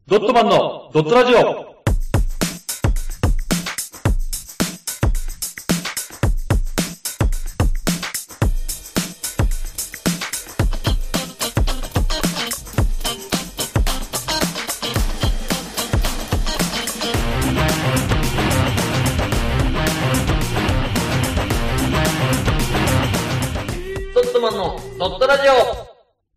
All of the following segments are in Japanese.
ドットマンのドットラジオ。 ドットマンのドットラジオ。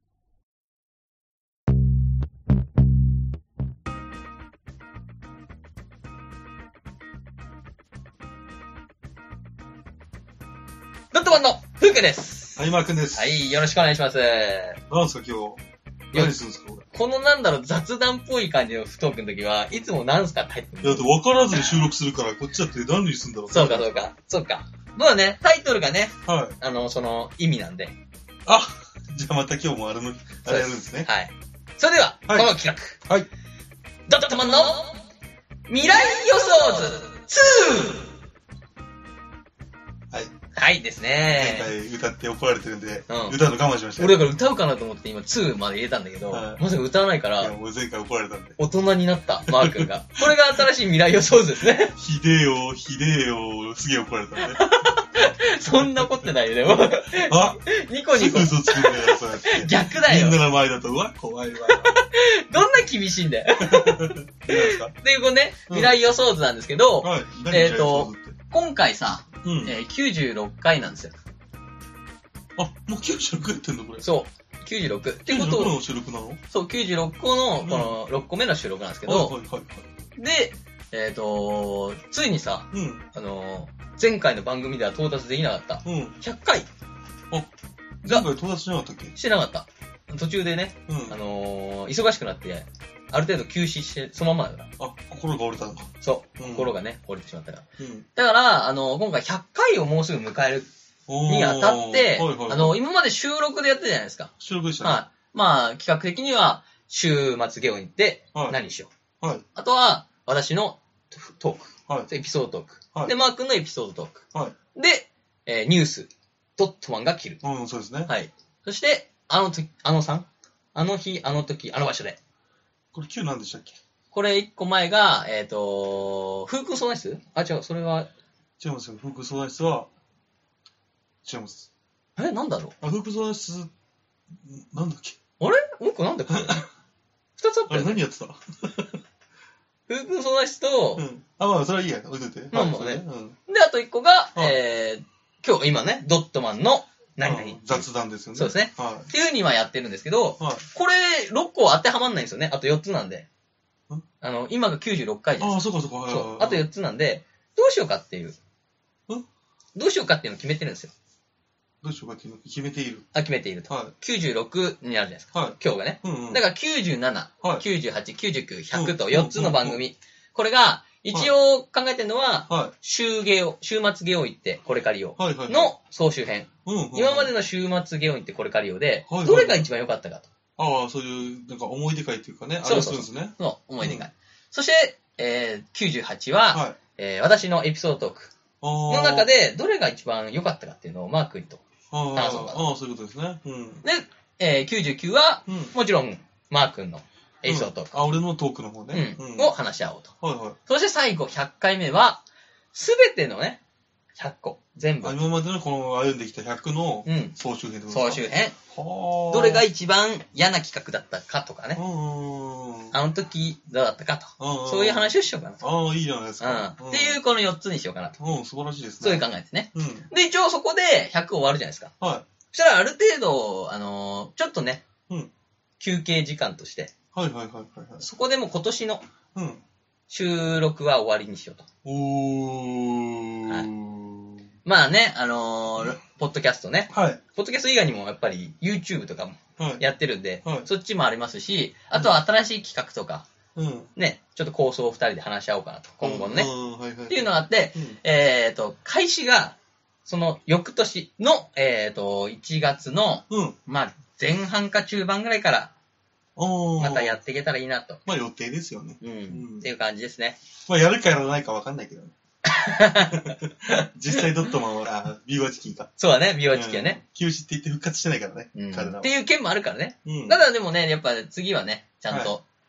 ドットマンのふうくです。 はい、マー君です。 はい、よろしくお願いします。 なんすか、今日。何するんですか、ここの雑談っぽい感じのトークの時は、いつもなんすかって入ってれ。いや、だって分からずに収録するから、こっちだって何にするんだろう。 そうか。まあね、タイトルがね、 はい。 その意味なんで。 あ、じゃあまた今日もあれやるんですね。 はい。それでは、 はいこの企画。 はい。 ドットマンの未来予想図 2! はい。 はいです前ね。 回歌って怒られてるんで、 うん歌うの我慢しましたよ。 俺だから歌うかなと思って今2まで入れたんだけど、 はいまさか歌わないかいや、 ら、 もう前回怒られたんで。 大人になった、マー君が。これが新しい未来予想図ですね。 ひでえよ、すげえ怒られたんで。 そんな怒ってないよ、でも。 あ、 ニコニコ。 嘘つくんだよ、そうやって。 逆だよ。 みんなの前だと、うわ、怖いわ。 どんな厳しいんだよ。 いいですかで、これね、未来予想図なんですけど、 はい。何言っちゃいそうって。 今回さ、 うん。 96回なんですよ。 あ、もう96やってんのこれ。 そう。96。ってこと 96 を、 の収録なのそう、96個の、この6個目の収録なんですけど、 はいはいはい。 で、ついにさ、 うん。 前回の番組では到達できなかった、 うん。 100回前回到達しなかったっけしてなかった。途中でね、 うん。 忙しくなって、ある程度休止して、そのままだから。 あ、心が折れたのか。 そう、 うん心がね、折れてしまったから。 うん。 だから、今回100回をもうすぐ迎えるにあたって、 はいはいはい、 今まで収録でやってたじゃないですか。 収録でしたね。 はい。まあ、企画的には、週末ゲオに行ってはい、 何しよう。 はい。 あとは、私のトーク。 はい。 エピソードトーク。 はいで、マー君のエピソードトーク。 はい。 で、ニュース。ドットマンが切る。 うん、そうですね。 はい。そして、あの日、あの時、あの場所で。 これ9何でしたっけ？ これ1個前が、風空相談室？あ、違う、それは、 違いますよ。風空相談室は、違います。 なんだろう。 あ、風空相談室、なんだっけ？ あれもう1個なんだっけ？2つあっあれたよね。 何やってた？ 風空相談室と、 うん。あ、まあ、それはいいや。置いといて。 まあまあねはいそれうん。 で、あと1個が、 は今日、今ね、ドットマンの何々。 雑談ですよね。 そうですね。 はっていうにはやってるんですけど、 い。はい。 これ6個当てはまんないんですよね。あと4つなんでん。 今が96回じゃないああ、 ですか。 そうかそうか。はいそう。 はいはいあと4つなんで、どうしようかっていう。 んどうしようかっていうのを決めてるんですよ。 どうしようかっていうのを決めている。 決めていると。 はい。 96になるじゃないですか。 はい。 今日がね。 うんうん。 だから97、 はい 98、99、100とうん 4つの番組。これが、一応考えてるのは、 はい。 週末ゲオ行ってこれ借りよはいはい。 うの総集編。 うんうんうん、 今までの週末ゲオ行ってこれ借りようで、 はいはいどれが一番良かったかと。 ああ、そういう、なんか思い出会っていうかね、あれそうそうそうするんですね。 の思い出が。そして、98は、 はい。 私のエピソードトークのの中で、どれが一番良かったかっていうのをマー君と。 ああそうかあ、そういうことですね。うん。 で、99は、 うん。 もちろん、マー君のエピソードトーク。 あ、俺のトークの方ね。 を話し合おうと。 はいはい。 そして最後、100回目は、すべてのね、100個、全部。 今までのこの歩んできた100のうん。 総集編ってことですか？ 総集編。 はあ。 どれが一番嫌な企画だったかとかね。 うん。 あの時どうだったかと。 そそういう話をしようかなと。 ああ、いいじゃないですか。 っていうこの4つにしようかなと。 うん、素晴らしいですね。 そういう考えですね。 うん。 で、一応そこで100終わるじゃないですか。 はそしたらある程度、ちょっとね、 うん休憩時間として、 い。はいはいはいはいはい。 そこでもう今年のうん。 収録は終わりにしようと。 おー。 はいまあね、ポッドキャストね。 はい。 ポッドキャスト以外にもやっぱり YouTube とかもはい。 やってるんで、 はいそっちもありますし、あとは新しい企画とか、 うん。 ね、ちょっと構想を2人で話し合おうかなと、今後のね。 うん、はいはい。 っていうのがあって、 うん。 開始が、その翌年の、1月の、 うん。 まあ、前半か中盤ぐらいから、 おー。 またやっていけたらいいなと。 まあ予定ですよね。 うん。っていう感じですね。 まあやるかやらないかわかんないけどね。実際ドットマンは、ビーワチキンか。 そうだね、美容チキはね。 休止って言って復活してないからね。 うん。 彼らは。 っていう件もあるからね。 うん。 ただでもね、やっぱ次はね、ちゃんと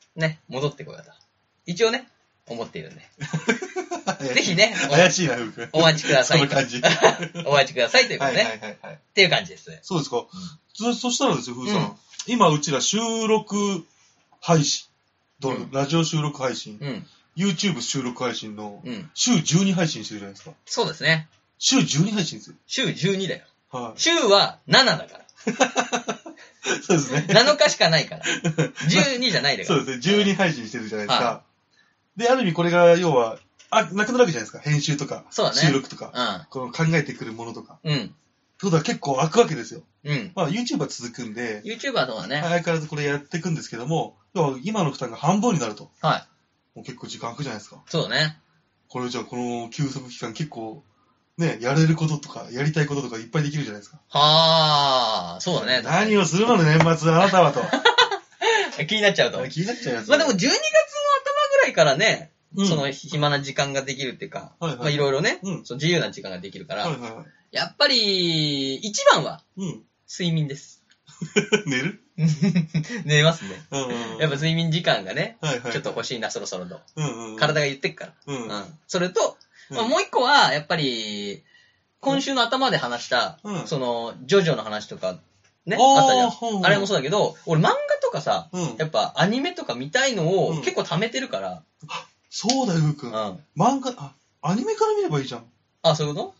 ね、戻ってこようと。一応ね、思っているんで。ぜひね、 怪しいな、ふうくん。 お待ちください。 その感じ。 お待ちくださいということね。っていう感じです。 そうですか。そしたらですよ、ふうさん。今、うちら収録配信。ラジオ収録配信。YouTube 収録配信の、週12配信してるじゃないですか。 そうですね。 週12配信ですよ。 週12だよ。 はい。 週は7だから。 そうですね。 7日しかないから。12じゃないだから。 そうですね。12配信してるじゃないですか。で、ある意味これが、要は、なくなるわけじゃないですか。編集とか、収録とか、この考えてくるものとか。ってことは結構空くわけですよ。まあ YouTube は続くんで、 YouTuber はそうだね。 相変わらずこれやっていくんですけども、要は今の負担が半分になると。はい。もう結構時間空くじゃないですか。 そうだね。 これじゃあこの休息期間結構、ね、やれることとか、やりたいこととかいっぱいできるじゃないですか。 はー、そうだね。 何をするのね、年末、あなたはと。 気になっちゃうと。 気になっちゃいます。 まあでも12月の頭ぐらいからね、その暇な時間ができるっていうか、まあいろいろね、その自由な時間ができるから、やっぱり一番は睡眠です。 寝る寝ますね。やっぱ睡眠時間がね、ちょっと欲しいな、そろそろと。体が言ってっから。それと、もう一個は、やっぱり、今週の頭で話した、その、ジョジョの話とか、ね、あったじゃん。あれもそうだけど、俺漫画とかさ、やっぱアニメとか見たいのを結構貯めてるから。 そうだよ、ふうくん。漫画、アニメから見ればいいじゃん。 あ、そういうこと？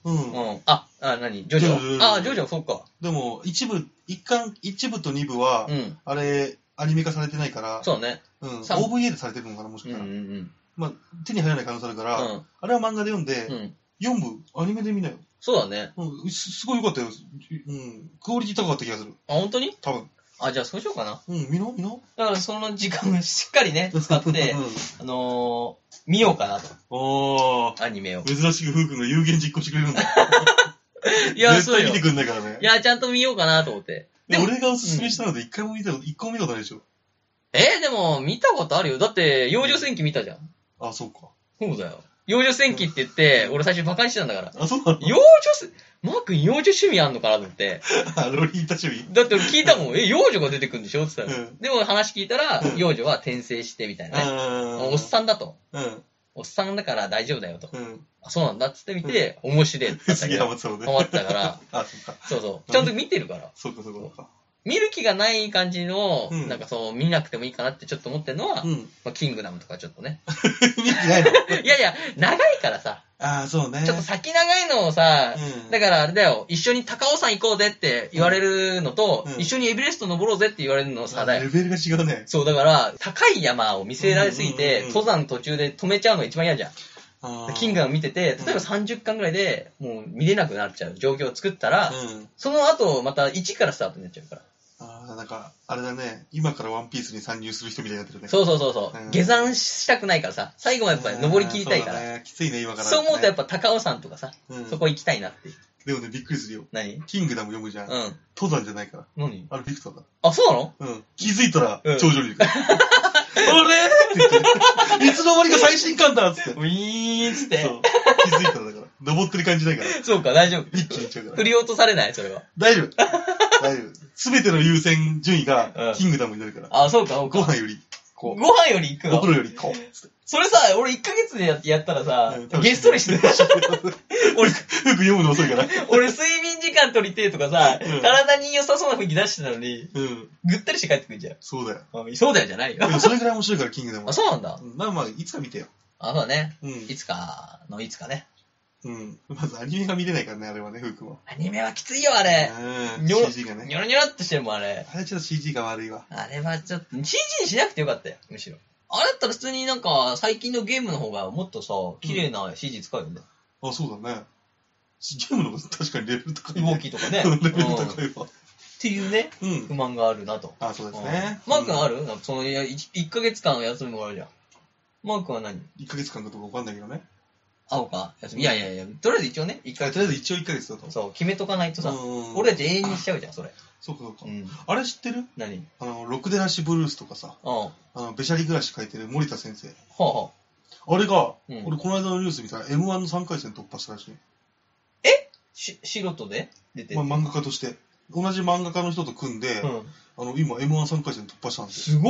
何ジョジョ。ジョジョ、そっか。 でも、一部と二部は、あれ、アニメ化されてないから、 そうね。 OVA でされてるのかな、もしかしたら。まあ、手に入らない可能性あるから、あれは漫画で読んで、4部、アニメで見なよ。 そうだね。 すごい良かったよ。クオリティ高かった気がする。 あ、本当に？ 多分。 じゃあそうしようかな。 見な。 だからその時間しっかりね、使って、見ようかなと。アニメを。 珍しくふうくんが有言実行してくれるんだ。 いや、 絶対見てくんないからね。 いや、ちゃんと見ようかなと思って。 で、俺がおすすめしたので一個も見たことないでしょ。 でも、見たことあるよ。だって、幼女戦記見たじゃん。 あ、そうか。 そうだよ。幼女戦記って言って、俺最初バカにしてたんだから。 あ、そうなの？ マー君幼女趣味あんのかなと思って。 ロリータ趣味？ だって俺聞いたもん。幼女が出てくるんでしょって言ったら。でも話聞いたら、幼女は転生してみたいなね。おっさんだと。おっさんだから大丈夫だよと。そうなんだっつってみて、面白いって言ったけど。ハマったから。 あ、そっか。 そう。ちゃんと見てるから。 そうか。 見る気がない感じの、なんかそう、見なくてもいいかなってちょっと思ってるのは、キングダムとかちょっとね。 見る気ないの？ いや、長いからさ。 そうね。 ちょっと先長いのをさ、だからあれだよ、一緒に高尾山行こうぜって言われるのと、一緒にエベレスト登ろうぜって言われるのさ、 レベルが違うね。 そう、だから、高い山を見せられすぎて、登山途中で止めちゃうのが一番嫌じゃん。キングダム見てて、例えば30巻ぐらいでもう見れなくなっちゃう状況を作ったら、その後また1からスタートになっちゃうから。 なんか、あれだね、今からワンピースに参入する人みたいになってるね。 そう。下山したくないからさ、最後はやっぱり登り切りたいから。 そうだね、きついね、今から、 そう思うとやっぱ高尾山とかさ、そこ行きたいなって。 でもね、びっくりするよ。 何？ キングダム読むじゃん。登山じゃないから。 何？ あれビクターだ。 あ、そうなの？気づいたら、頂上にいるから。あれって言って、いつの間にか最新刊だっつって。 ウィーンつって。 そう。気づいたらだから。登ってる感じないから。 そうか、大丈夫。 一気にいっちゃうから。 振り落とされないそれは。 大丈夫。すべての優先順位が、キングダムになるから。 あ、そうか。 ご飯より、 ご飯より行くの？ お風呂より、こう。 それさ、俺1ヶ月でやったらさ、げっそりしてる。 俺、服読むの遅いから。 俺、睡眠時間取りてえとかさ、体に良さそうな雰囲気出してたのに、ぐったりして帰ってくるじゃん。 そうだよ。 そうだよじゃないよ。 それぐらい面白いから、キングダム。 あ、そうなんだ。 まあ、いつか見てよ。 そうだね。いつかね。 まずアニメが見れないからね、あれはね、ふうくんは。 アニメはきついよ、あれ。 CG がね。 ニョロニョロってしてるもん、あれ。 あれちょっと CG が悪いわ。 あれはちょっと、CG にしなくてよかったよ、むしろ。あれだったら普通になんか、最近のゲームの方がもっとさ、綺麗な CG 使うよね。 あ、そうだね。ゲームの方が確かにレベル高い。 動きとかね。 レベル高いわ。 っていうね、不満があるなと。 あ、そうですね。 マー君ある？なんかその、1ヶ月間休みもらうじゃん。マー君は何？ 1ヶ月間かどうかわかんないけどね。 そうか。いや、とりあえず一応ね、1ヶ月。 とりあえず一応1ヶ月だと。 そう、決めとかないとさ、俺たち永遠にしちゃうじゃん、それ。 そうか。あれ知ってる？ 何？ ろくでなしブルースとかさ、べしゃり暮らし書いてる森田先生。あれが、俺この間のニュース見たら M1 の3回戦突破したらしい。 素人で出てる？漫画家として。同じ漫画家の人と組んで、今 M1 3回戦突破したんですよ。すごっ！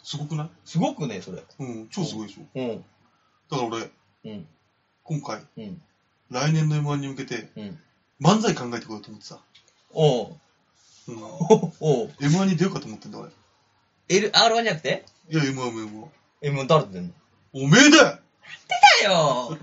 すごくない？ すごくね、それ。 超すごいでしょ。だから俺、今回、来年の M1 に向けて、漫才考えてこようと思ってさ。M1 に出ようかと思ってんだ、俺。 R1 じゃなくて？ いや、M1。 M1 誰出んの？ おめえだよ！やってたよ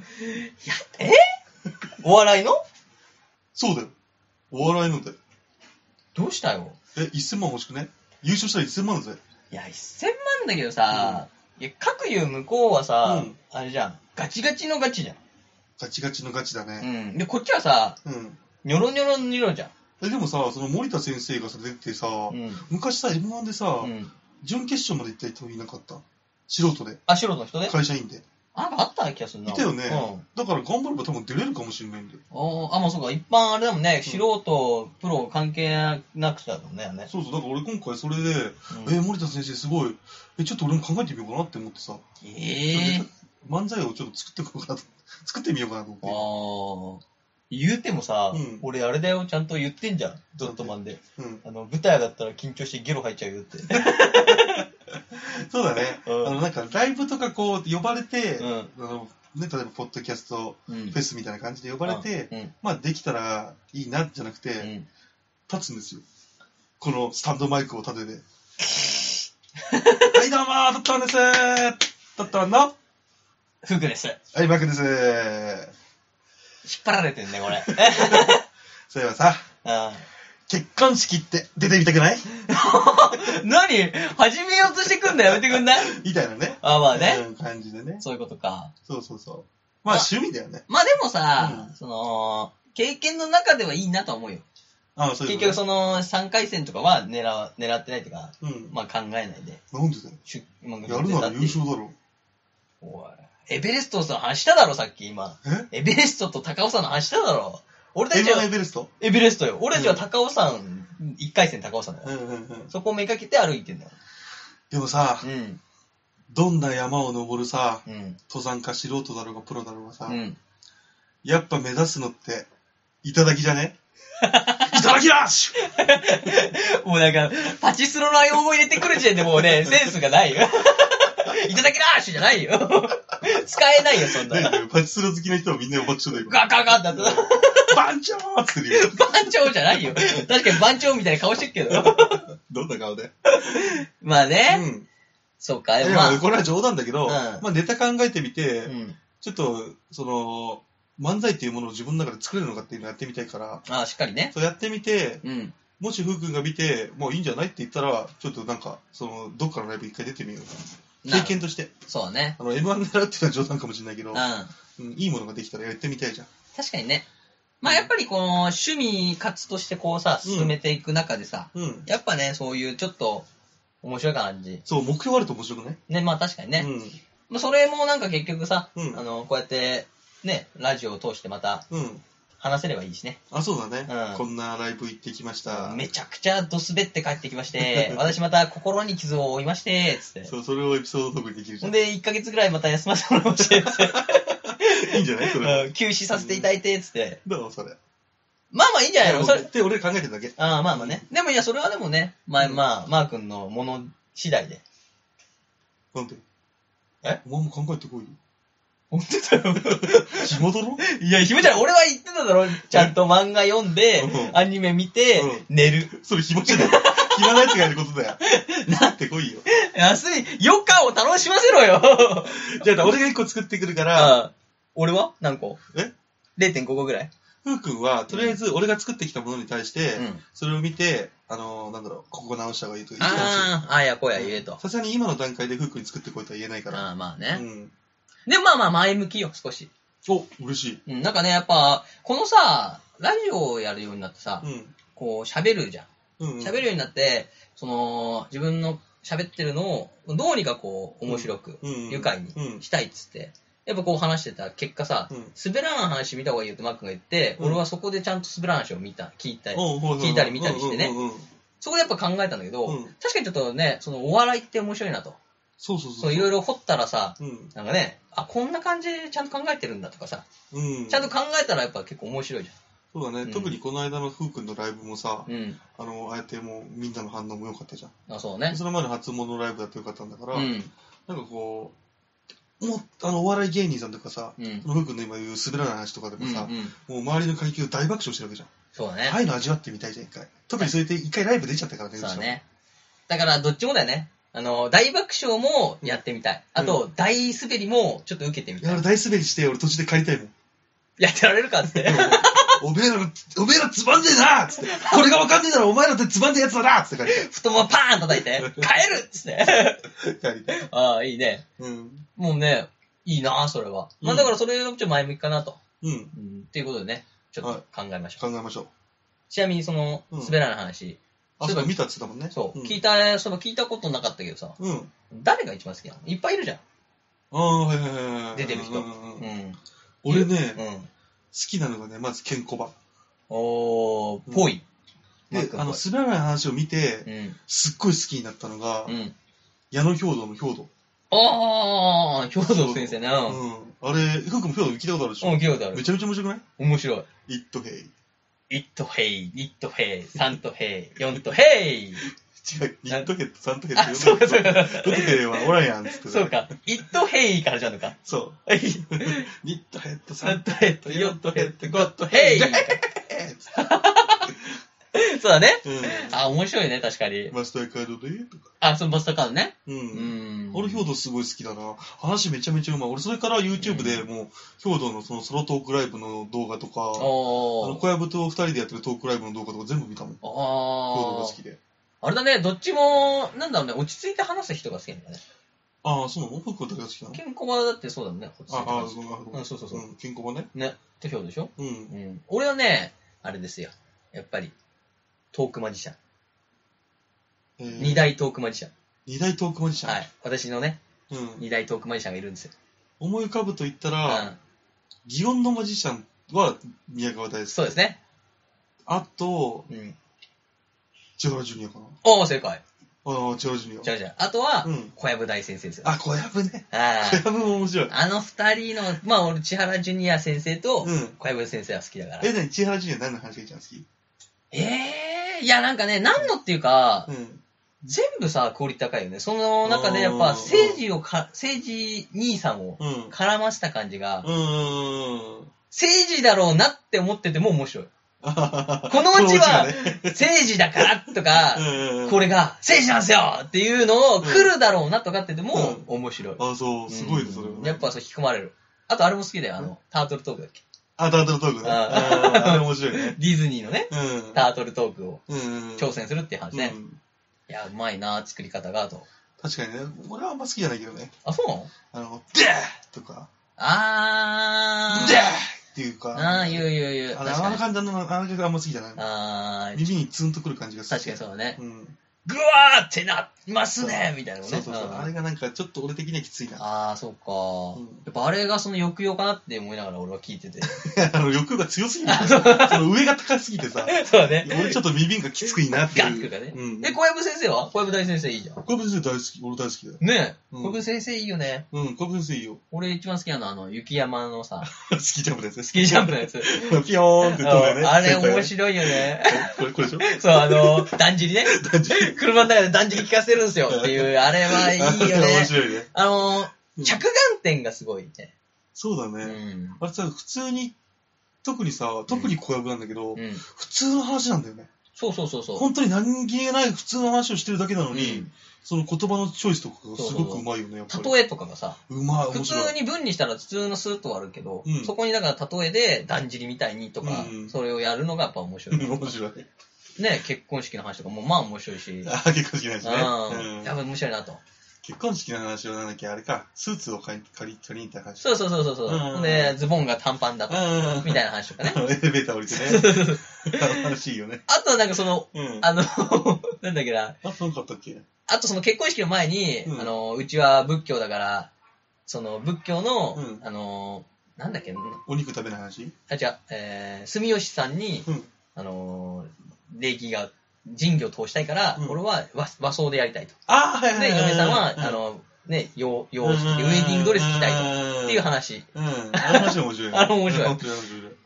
お笑いの？ そうだよ。お笑いのだよ。 どうしたよ ？1000万欲しくね？優勝したら1000万だぜ。 いや、1000万だけどさ、いや、各言う向こうはさ、あれじゃん。ガチガチのガチじゃん。 ガチガチのガチだね。 で、こっちはさ、ニョロニョロニョロじゃん。 でもさ、その森田先生がさ、出てさ、昔さ、M1 でさ、準決勝まで行った人いなかった？素人で。 あ、素人の人で？ 会社員で。 なんかあった気がするな。 いたよね。だから頑張れば多分出れるかもしれないんだよ。 まあそうか。一般あれだもんね。素人、プロ関係なくちゃだもんね。 そう。だから俺今回それで、森田先生すごい、ちょっと俺も考えてみようかなって思ってさ。漫才をちょっと作ってみようかなと思って。 言うてもさ、俺あれだよ、ちゃんと言ってんじゃん。ドットマンで。舞台上がったら緊張してゲロ吐いちゃうよって。 そうだね。なんかライブとかこう呼ばれて、例えばポッドキャストフェスみたいな感じで呼ばれて、まあできたらいいなじゃなくて、立つんですよ。このスタンドマイクを立てて。はいどうもー、ドットマンです。ドットマンのフグです。 はい、マクです。 引っ張られてんね、これ。 そういえばさ、結婚式って出てみたくない？ 何？始めようとしてくんだよ、やめてくんない？ みたいなね。 まあね。 感じでね。 そういうことか。 そう。まあ趣味だよね。 まあでもさ、経験の中ではいいなと思うよ。結局その3回戦とかは狙ってないとか、まあ考えないで。 なんでだよ。やるなら優勝だろ。 おい。エベレストの話しただろ、さっき今。エベレストと高尾山の話しただろ。俺たちは。 エベレスト？ エベレストよ。俺たちは高尾山、1回戦高尾山だよ。そこをめかけて歩いてんだよ。 でもさ、どんな山を登るさ、登山家素人だろうがプロだろうがさ、やっぱ目指すのって、頂きじゃね？いただきだもうなんか、パチスロの用語入れてくる時点でもうね、センスがないよ。いただきだーしじゃないよ。使えないよ、そんな。 パチスロ好きな人はみんなパチスロだよ。 ガガガってなった。 番長ーって言うよ。 番長じゃないよ。確かに番長みたいな顔してるけど。 どんな顔で？ まあね。そうか、 まあ。これは冗談だけど、まあネタ考えてみて、ちょっと、漫才っていうものを自分の中で作れるのかっていうのをやってみたいから。 しっかりね。 そうやってみて、もしふうくんが見て、もういいんじゃないって言ったら、ちょっとなんか、どっかのライブ一回出てみようかな。経験として。 そうね。 M1 狙うっていうのは冗談かもしれないけど、いいものができたらやってみたいじゃん。 確かにね。まあやっぱりこの趣味活としてこうさ、進めていく中でさ、やっぱね、そういうちょっと面白い感じ。 そう、目標あると面白くね。 ね、まあ確かにね。まあそれもなんか結局さ、こうやってね、ラジオを通してまた、話せればいいしね。 そうだね。こんなライブ行ってきました。 めちゃくちゃドスベって帰ってきまして、私また心に傷を負いまして、つって。 そう、それをエピソードトークにできるじゃん。 で、1ヶ月ぐらいまた休ませてもらいまして、 いいんじゃないそれ。 休止させていただいて、つって。 どうそれ。 まあいいんじゃないのそれって俺考えてるだけ。 まあね。でもいや、それはでもね、まあ、マー君のもの次第で。 なんで？お前も考えてこいよ。 本当だよ。 暇だろ？ いや、暇じゃない。俺は言ってただろ。ちゃんと漫画読んで、アニメ見て、寝る。 それ暇じゃない。暇なやつがやることだよ。なってこいよ。 安い。余暇を楽しませろよ。 じゃあ、俺が1個作ってくるから。 俺は何個？0.5 個ぐらい？ ふうくんは、とりあえず俺が作ってきたものに対して、それを見て、ここ直した方がいいとか言ってほしい。 いや、こうや言えと。 さすがに今の段階でふうくんに作ってこいとは言えないから。 まあね。でもまあ前向きよ、少し。 嬉しい。 なんかね、やっぱ、このさ、ラジオをやるようになってさ、こう喋るじゃん。喋るようになって、自分の喋ってるのを、どうにかこう、面白く、愉快にしたいっつって、やっぱこう話してた結果さ、滑らない話見た方がいいよってマックが言って、俺はそこでちゃんと滑らない話を聞いたり見たりしてね。そこでやっぱ考えたんだけど、確かにちょっとね、お笑いって面白いなと。そういろいろ掘ったらさ、なんかね、こんな感じでちゃんと考えてるんだとかさ、ちゃんと考えたらやっぱ結構面白いじゃん。 そうだね。特にこの間のふうくんのライブもさ、ああやってもうみんなの反応も良かったじゃん。 あ、そうね。 その前の初物ライブだって良かったんだから、なんかこう、もう、お笑い芸人さんとかさ、ふうくんの今言う滑らない話とかでもさ、もう周りの会計を大爆笑してるわけじゃん。 そうだね。 ああいうの味わってみたいじゃん、一回。特にそれで一回ライブ出ちゃったからね、 そうだね。だからどっちもだよね。大爆笑もやってみたい。あと、大滑りもちょっと受けてみたい。 俺大滑りして、俺途中で帰りたいもん。 やってられるかって。 おめえらつまんねえなつって。これがわかんねえならお前らってつまんねえやつだなつって帰りたい。 太ももパーン叩いて、帰るっつって。 帰りたい。 ああ、いいね。もうね、いいなそれは。まあだからそれのちょっと前向きかなと。っていうことでね、ちょっと考えましょう。 考えましょう。 ちなみにその、滑らない話。 あ、そう見たって言ったもんね。 そう。聞いたことなかったけどさ。誰が一番好きなの？いっぱいいるじゃん。 ああ、はいはいはい。 出てる人。 俺ね、好きなのがね、まずケンコバ。 ぽい。 で、滑らない話を見て、すっごい好きになったのが、矢野兵道の兵道。 ああ、兵道先生ね。 あれ、ふうくんも兵道聞いたことあるでしょ？ 聞いたことある。 めちゃめちゃ面白くない？ 面白い。 イットヘイ。 イットヘイ、ニットヘイ、サントヘイ、ヨントヘイ。 違う、ニットヘイとサントヘイって言うの。そうか。ヨントヘイはおらんやん、つって。 そうか。イットヘイからじゃんのか。 そう。ニットヘイとサントヘイとヨントヘイとゴットヘイ。そうだね。あ、面白いね、確かに。 マスターカードでとか。 あ、そのマスターカードね。 俺、兵道すごい好きだな。話めちゃめちゃうまい。俺、それから YouTube でもう、兵道のそのソロトークライブの動画とか、小籔と二人でやってるトークライブの動画とか全部見たもん。兵道が好きで。 あれだね、どっちも、なんだろうね、落ち着いて話す人が好きなんだね。 ああ、そうなの？フックは誰が好きなの？ ケンコバだってそうだね。 ああ、そうそう。ケンコバね。 ね。って兵道でしょ？俺はね、あれですよ。やっぱり、トークマジシャン。二大トークマジシャン。 二大トークマジシャン？ はい。私のね、二大トークマジシャンがいるんですよ。 思い浮かぶと言ったら、祇園のマジシャンは宮川大輔。 そうですね。 あと、千原ジュニアかな。 おー、正解。 千原ジュニア。 違う。あとは、小籔大先生ですよ。 あ、小籔ね。小籔も面白い。 あの二人の、まあ俺、千原ジュニア先生と、小籔先生は好きだから。 何千原ジュニア何の話が一番好き？ いや、なんかね、何のっていうか、全部さ、クオリティ高いよね。その中でやっぱ、政治兄さんを絡ませた感じが、政治だろうなって思ってても面白い。このうちは、政治だからとか、これが政治なんですよっていうのを来るだろうなとかってても面白い。 あ、そう、すごいね、それは。 やっぱそう引き込まれる。あとあれも好きだよ、タートルトークだっけ。 タートルトークね。あれ面白いね。 ディズニーのね、タートルトークを挑戦するっていう話ね。いや、うまいな、作り方が、と。 確かにね、俺はあんま好きじゃないけどね。 あ、そうなのでーとか。でーっていうか。 言う。 あの感じの、あんま好きじゃない。耳にツンとくる感じがする。 確かにそうだね。 ぐわーってなりますねみたいなね。 そう。あれがなんかちょっと俺的にはきついな。 ああ、そうか。やっぱあれがその抑揚かなって思いながら俺は聞いてて。 抑揚が強すぎる。その上が高すぎてさ。 そうだね。 俺ちょっと耳がきつくいいなっていう。 ガックがね。小籔先生は？小籔大先生いいじゃん。 小籔先生大好き。俺大好きだよ。 ねえ。小籔先生いいよね。 小籔先生いいよ。 俺一番好きなのは雪山のさ。 スキージャンプのやつね。 スキージャンプのやつ。 ピヨーンって飛んでね。 あれ面白いよね。 これでしょ？ そう、だんじりね。車の中でだんじり聞かせるんですよっていう、あれはいいよね。 面白いね。 着眼点がすごいね。 そうだね。あれさ、普通に、特に小籔なんだけど、普通の話なんだよね。 そう。 本当に何気ない普通の話をしてるだけなのに、その言葉のチョイスとかがすごくうまいよね、やっぱり。 例えとかがさ、 普通に文にしたら普通のスーッとはあるけど、そこにだから例えでだんじりみたいにとか、それをやるのがやっぱ面白い。 面白い。 ね、結婚式の話とかもまあ面白いし。 結婚式の話ね。 やっぱ面白いなと。 結婚式の話はなんだっけ、あれか、スーツを借りに行った話。 そう。で、ズボンが短パンだと。みたいな話とかね。 エレベーター降りてね。楽しいよね。 あとなんかなんだっけな。 なんかあったっけ？ あとその結婚式の前に、うちは仏教だから、その仏教の、なんだっけ、 お肉食べない話？ 住吉さんに、礼儀が、神器を通したいから、俺は和装でやりたいと。で、嫁さんは、ね、洋式でウェディングドレス着たいと。っていう話。 あの話面白いね。 面白い。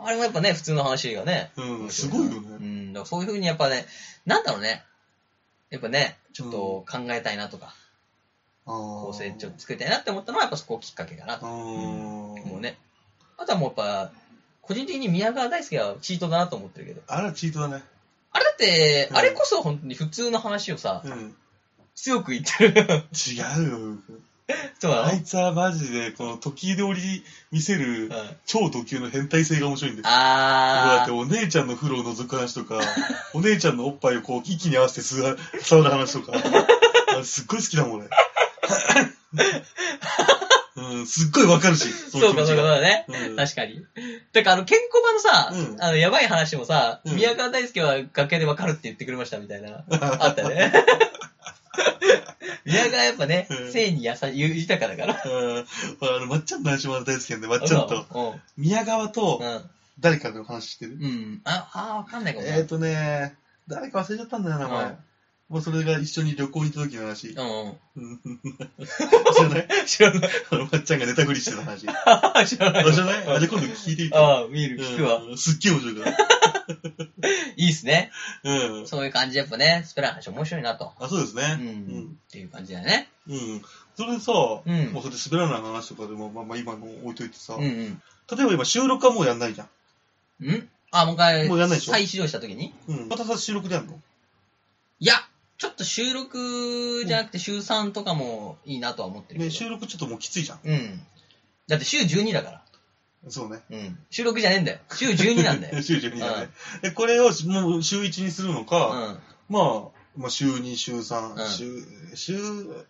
あれもやっぱね、普通の話がね。 すごいよね。だからそういう風にやっぱね、なんだろうね。やっぱね、ちょっと考えたいなとか、構成ちょっと作りたいなって思ったのはやっぱそこきっかけかなと。もうね。あとはもうやっぱ、個人的に宮川大輔はチートだなと思ってるけど。 あれはチートだね。 あれだって、あれこそ本当に普通の話をさ、強く言ってる。 違うよ。あいつはマジで、この時折見せる超ド級の変態性が面白いんですよ。だってお姉ちゃんの風呂を覗く話とか、お姉ちゃんのおっぱいをこう息に合わせて触る話とか、すっごい好きだもん俺。すっごいわかるし。 そうか、そうかね。確かに。てか、ケンコバのさ、やばい話もさ、宮川大輔は崖でわかるって言ってくれましたみたいな、あったね。宮川やっぱね、性に豊かだから。 まっちゃんの話も大好きなんで、まっちゃんと。宮川と、誰かの話してる？ わかんないかも。 誰か忘れちゃったんだよ、名前。もうそれが一緒に旅行に行った時の話。知らない知らない。 まっちゃんがネタ振りしてた話。 知らない。 知らない？じゃあ今度聞いてみて。 見る、聞くわ。 すっげえ面白いから。 いいっすね。そういう感じでやっぱね、スペラの話面白いなと。 そうですね。 っていう感じだよね。 それでさ、もうそれでスペラの話とかでも、今も置いといてさ、例えば今収録はもうやんないじゃん。 もう一回、 もうやんないでしょ？ 再始動した時にまたさ、収録でやんの？ いや、ちょっと収録じゃなくて週3とかもいいなとは思ってるけど。 収録ちょっともうきついじゃん。 だって週12だから。 そうね。 収録じゃねえんだよ。週12なんだよ。 週12だね。これをもう週1にするのか、まあ週2、週3、週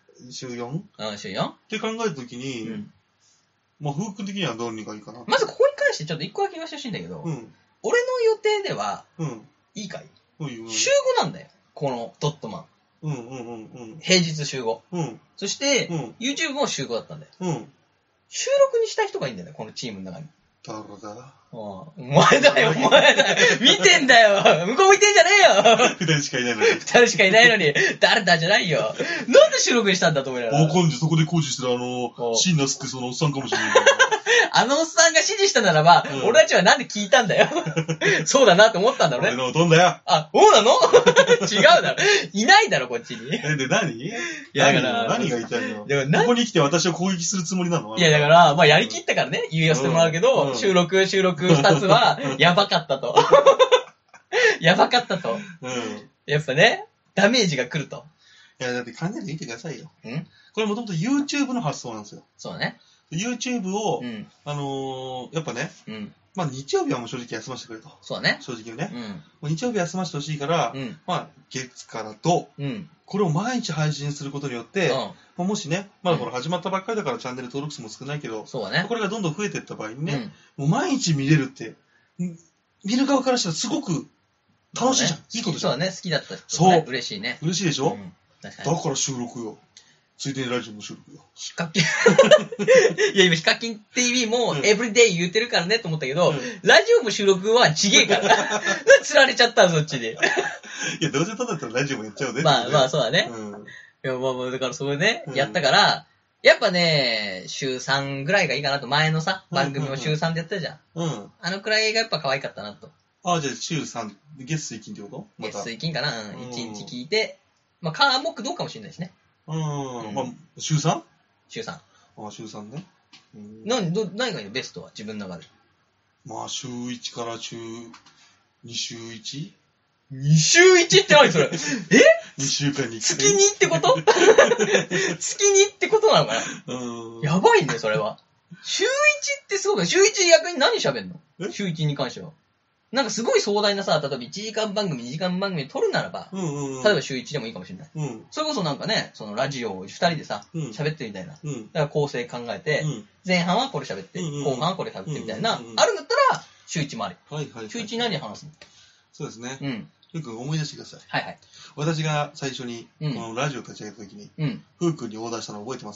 4? 週 4? って考えたときに、まあ、風君的にはどうにかいいかな。 まずここに関してちょっと一個だけ言わせてほしいんだけど、俺の予定では、いいかい？週5なんだよ。このドットマン。平日週5。そして、YouTube も週5だったんだよ。収録にした人がいいんだよね、このチームの中に。 誰だ？ お前だよ。見てんだよ。向こう見てんじゃねえよ。 二人しかいないのに。 二人しかいないのに、誰だじゃないよ。なんで収録にしたんだと思いながら。 今度そこで工事してるシンナスクそのおっさんかもしれない。 あのおっさんが指示したならば、俺たちはなんで聞いたんだよ。そうだなって思ったんだろうね。 俺のほとんだよ。 そうなの？違うだろ。いないだろ、こっちに。 で、何？ いや、だから、 何が言いたいの？ここに来て私を攻撃するつもりなの？ いや、だから、まあ、やりきったからね、言わせてもらうけど、収録二つは、やばかったと。やばかったと。やっぱね、ダメージが来ると。 いや、だって考えてみてくださいよ。これもともと YouTube の発想なんですよ。 そうね。 YouTube を、やっぱね、まあ日曜日はもう正直休ませてくれと。 そうね。 正直ね。もう日曜日休ませてほしいから、まあ月からと、これを毎日配信することによって、もしね、まだこれ始まったばっかりだからチャンネル登録数も少ないけど、 そうね。 これがどんどん増えていった場合にね、もう毎日見れるって、見る側からしたらすごく楽しいじゃん。いいことじゃん。 そうね、好きだった人ね。嬉しいね。 嬉しいでしょ？ 確かに。 だから収録よ。ついでにラジオも収録よ。 ヒカキン。いや、今、ヒカキン TV も、エブリデイ言ってるからねと思ったけど、ラジオも収録はちげえから。釣られちゃったそっちで。 いや、どうせただったらラジオもやっちゃうね。 まあ、そうだね。いや、まあ、だからそれね、やったから、やっぱね、週3ぐらいがいいかなと。前のさ、番組も週3でやったじゃん。あのくらいがやっぱ可愛かったなと。 じゃあ週3、月水金ってこと？ 月水金かな。1日聞いて、まあ、カーモックどうかもしれないしね。 まあ、週 3？ 週3。 週3ね。 何がいいのベストは自分の中で。 まあ、週1から週2週 1？ 2週 1 って何それ？ 2週間に1回。 月2ってこと？月2ってことなのかな？やばいね、それは。週1ってすごい。週1逆に何喋んの？週1に関しては。なんかすごい壮大なさ、例えば1時間番組、2時間番組撮るならば、例えば週1でもいいかもしれない。それこそなんかね、そのラジオを2人でさ、喋ってるみたいな。だから構成考えて、前半はこれ喋って、後半はこれ喋ってみたいな、あるんだったら週1もあり。週1何話すの？ そうですね。ふうくん思い出してください。 はいはい。 私が最初に、このラジオ立ち上げた時に、ふうくんにオーダーしたの覚えてます？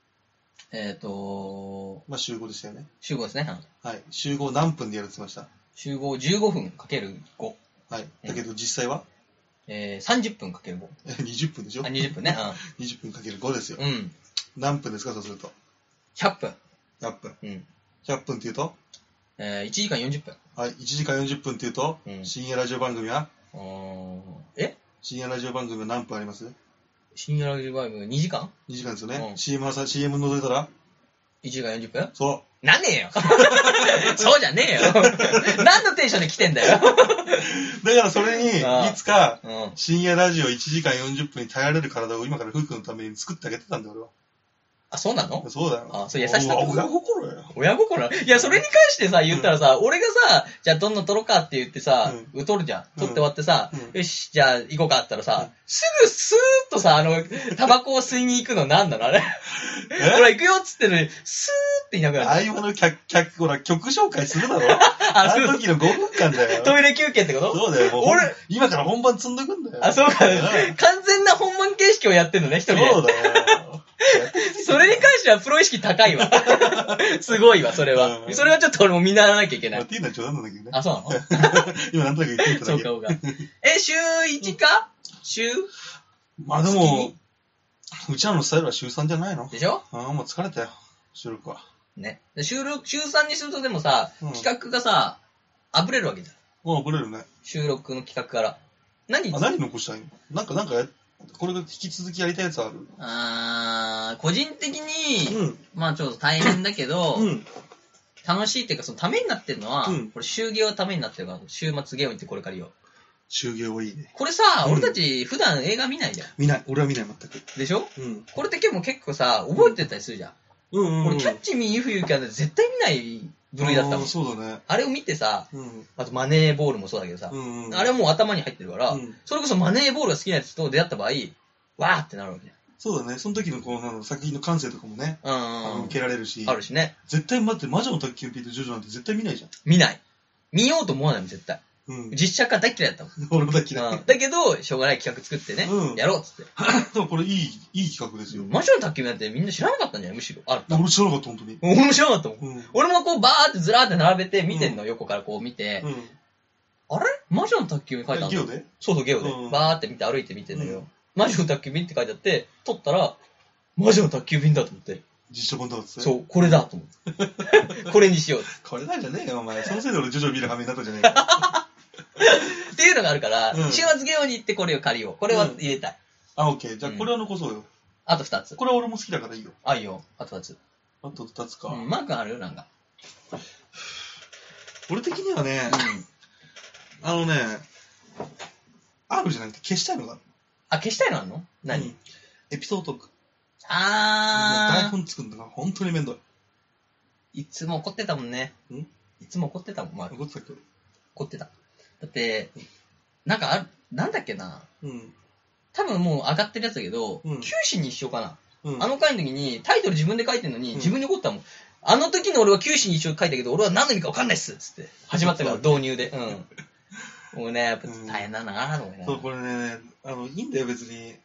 まあ週5でしたよね。 週5ですね。 はい。週5何分でやるって言ってました？ 週5 15分かける5。 はい。だけど実際は 30分かける5。 20分でしょ ？20分ね。 20分かける5ですよ。何分ですか、そうすると。 100分。 100分。100分って言うと 1時間40分。 はい、1時間40分って言うと、深夜ラジオ番組は深夜ラジオ番組は何分あります？ 深夜ラジオ番組2時間 ?2 時間ですよね。CM 覗いたら 1時間40分？ そう。 なんねえよ。そうじゃねえよ。何のテンションで来てんだよ。だからそれに、いつか、深夜ラジオ1時間40分に耐えられる体を今からフー君のために作ってあげてたんだよ、俺は。 あ、そうなの？ そうだよ。 あ、そう優しさ。 親心よ。 親心？いや、それに関してさ、言ったらさ、俺がさ、じゃあどんどん撮ろうかって言ってさ、撮るじゃん。撮って終わってさ、よし、じゃあ行こうかって言ったらさ、すぐスーッとさ、タバコを吸いに行くのなんなのあれ。ほら、行くよっつってのに、スーっていなくなる。 合間のほら、曲紹介するだろ。あの時の5分間だよ。 トイレ休憩ってこと？ そうだよ。俺、今から本番積んどくんだよ。 あ、そうか。完全な本番形式をやってんのね、一人で。 そうだよ。 それに関してはプロ意識高いわ。すごいわ、それは。それはちょっと俺も見習わなきゃいけない。 っていうのは冗談なんだけどね。 あ、そうなの今なんとなく言ってみただけ。 そうか。週 1 か？週？ まあでも、うちらのスタイルは週3じゃないの？ でしょ？ もう疲れたよ、収録は。 ね。週3にするとでもさ、企画がさ、あぶれるわけじゃん。 もうあぶれるね。 収録の企画から。何残したいの？なんかこれが引き続きやりたいやつある？ 個人的に、まあちょっと大変だけど、楽しいっていうか、そのためになってるのは、これ週芸はためになってるから、週末ゲームってこれから言おう。 週芸はいいね。 これさ、俺たち普段映画見ないじゃん。 見ない。俺は見ない、全く。 でしょ？これって結構さ、覚えてたりするじゃん。俺、キャッチミーユフユキは絶対見ない部類だったもん。 そうだね。 あれを見てさ、あとマネーボールもそうだけどさ、あれはもう頭に入ってるから、それこそマネーボールが好きなやつと出会った場合、わーってなるわけじゃん。 そうだね。その時の作品の感性とかもね、受けられるし。 あるしね。 絶対待って、魔女の宅急便とジョジョなんて絶対見ないじゃん。 見ない。見ようと思わないもん、絶対。実写化大嫌いだったもん。 俺も大嫌い。 だけど、しょうがない企画作ってね、やろうっつって。 でもこれいい企画ですよ。 魔女の宅急便なんてみんな知らなかったんじゃないむしろ。 俺知らなかった、本当に。 俺も知らなかったもん。俺もこうバーってずらーって並べて見てんの、横からこう見て。あれ魔女の宅急便書いてあるの？ ゲオで？ そう、ゲオで。バーって見て歩いて見てんのよ。魔女の宅急便って書いてあって、撮ったら、魔女の宅急便だと思って。 実写版だって。 そう、これだと思って。これにしよう。 これなんじゃねえよ、お前。そのせいで俺ジョジョ見る羽目になったじゃねえか。 っていうのがあるから、週末ゲオに行ってこれを借りよう。これは入れたい。 オッケー。じゃあこれは残そうよ。 あと2つ。 これは俺も好きだからいいよ。 いいよ。あと2つ。 あと2つか。 マークあるなんか。 俺的にはね、あるじゃなくて消したいのがある。 消したいのあるの？何？ エピソードトーク。 台本作るのが本当にめんどい。 いつも怒ってたもんね。いつも怒ってたもん、 怒ってたっけ？ 怒ってた。だって、なんかなんだっけな。多分もう上がってるやつだけど、九死に一生かな。あの回の時にタイトル自分で書いてるのに自分で怒ったもん。あの時の俺は九死に一生書いたけど、俺は何の意味か分かんないっすっつって始まったから導入で。もうね、やっぱ大変だなと思いな。 そう、これね、いいんだよ別に。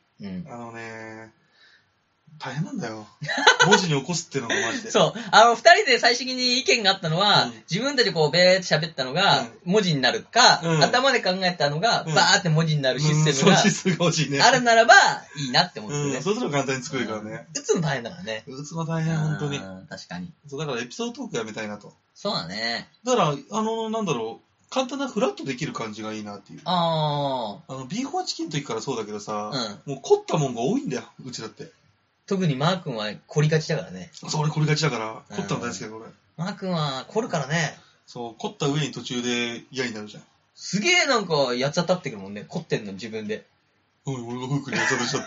大変なんだよ。文字に起こすっていうのがマジで。 そう。二人で最終的に意見があったのは、自分たちこう、べーって喋ったのが、文字になるか、頭で考えたのが、バーって文字になるシステムが、あるならば、いいなって思ってね。 そうすると簡単に作れるからね。 打つの大変だからね。 打つの大変、本当に。 確かに。 そう、だからエピソードトークやめたいなと。 そうだね。 だから、なんだろう。簡単なフラットできる感じがいいなっていう。ビーフォアチキンの時からそうだけどさ、もう凝ったもんが多いんだよ、うちだって。 特にマー君は凝りがちだからね。 そう、俺凝りがちだから、凝ったの大好きだよ、俺。 マー君は凝るからね。 そう、凝った上に途中で嫌になるじゃん。 すげえなんか、やつ当たってくるもんね。凝ってんの、自分で。 俺がフークにやつ当たしちゃって。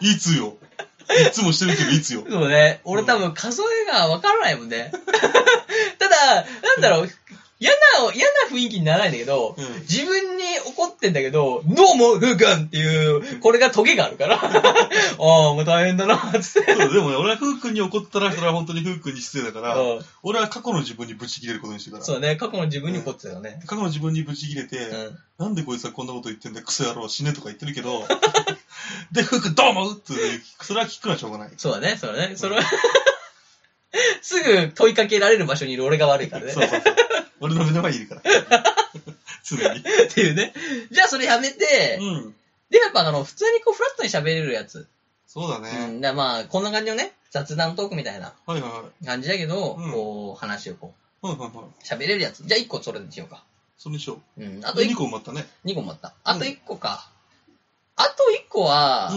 いつよ。いつもしてるけど、いつよ。 そうね。俺多分数えがわからないもんね。ただ、なんだろう、嫌な雰囲気にならないんだけど、自分に怒ってんだけど、どうも、ふうくんっていう、これがトゲがあるから、もう大変だな、つって。 そう、でもね、俺はふうくんに怒ったら、それは本当にふうくんに失礼だから、俺は過去の自分にブチ切れることにしてるから。 そうね、過去の自分に怒ってたよね。 過去の自分にブチ切れて、なんでこいつはこんなこと言ってんだよ、クソ野郎、死ねとか言ってるけど、で、ふうくんどう思うって、それは聞くのはしょうがない。 そうだね、それは、すぐ問いかけられる場所にいる俺が悪いからね。 そう。俺の目の前にいるから。常に。 っていうね。じゃあそれやめて、で、やっぱ普通にこうフラットに喋れるやつ。 そうだね。 まあ、こんな感じのね、雑談トークみたいな感じだけど、こう、話をこ喋れるやつ。じゃあ1個それにしようか。 それにしよう。 あと2個埋まったね。 2個埋まった。あと1個か。あと1個は、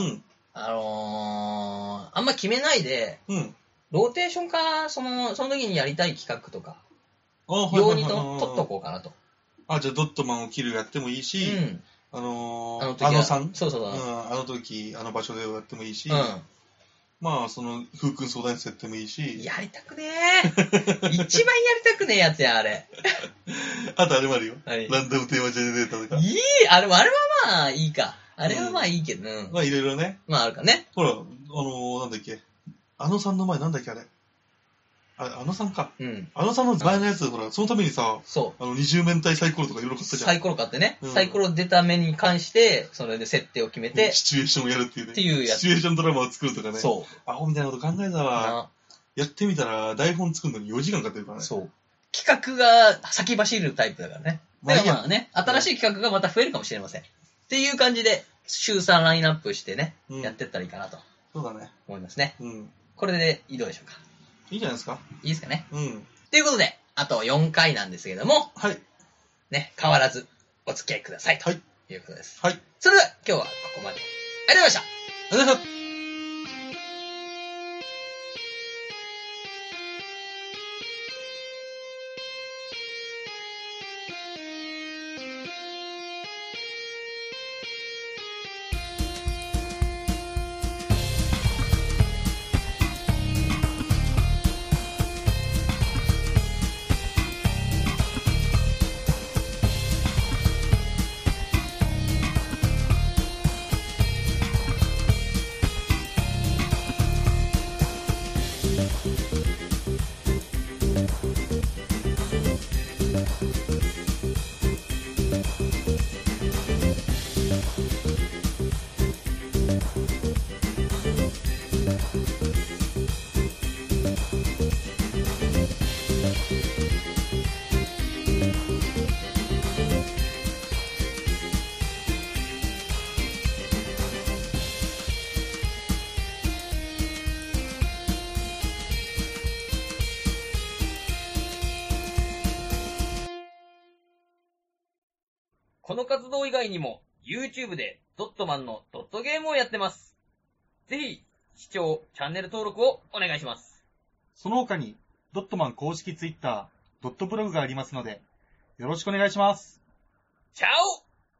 あんま決めないで、ローテーションか、その時にやりたい企画とか、用に取っとこうかなと。 じゃあドットマンを切るやってもいいし、あのさんそう。 あの時、あの場所でやってもいいし、まあ、風君相談室やってもいいし。 やりたくねー。一番やりたくねえやつや、あれ。 あとあれもあるよ。ランダムテーマジェネレーターとか。 あれはまあいいか。あれはまあいいけど、 まあいろいろね。 まああるかね。 ほら、なんだっけ。あのさんの前なんだっけあれ。あのさんか。あのさんの前のやつ、ほら、そのためにさ、二重面体サイコロとかいろいろ買ったじゃん。 サイコロ買ってね。サイコロ出た目に関して、それで設定を決めて。 シチュエーションをやるっていうね。 っていうやつ。 シチュエーションドラマを作るとかね。アホみたいなこと考えたわ。やってみたら、台本作るのに4時間かかってるからね。 企画が先走るタイプだからね。だからまあね、新しい企画がまた増えるかもしれません。っていう感じで、週3ラインナップしてね、やってったらいいかなと。 そうだね。 思いますね。これでいいどうでしょうか。 いいじゃないですか。 いいですかね。ということで、あと4回なんですけれども、ね、変わらずお付き合いくださいということです。それでは今日はここまで。ありがとうございました。 ありがとうございました。 この活動以外にも YouTube でドットマンのドットゲームをやってます。ぜひ視聴、チャンネル登録をお願いします。 その他にドットマン公式 Twitter、ドットブログがありますのでよろしくお願いします。 チャオ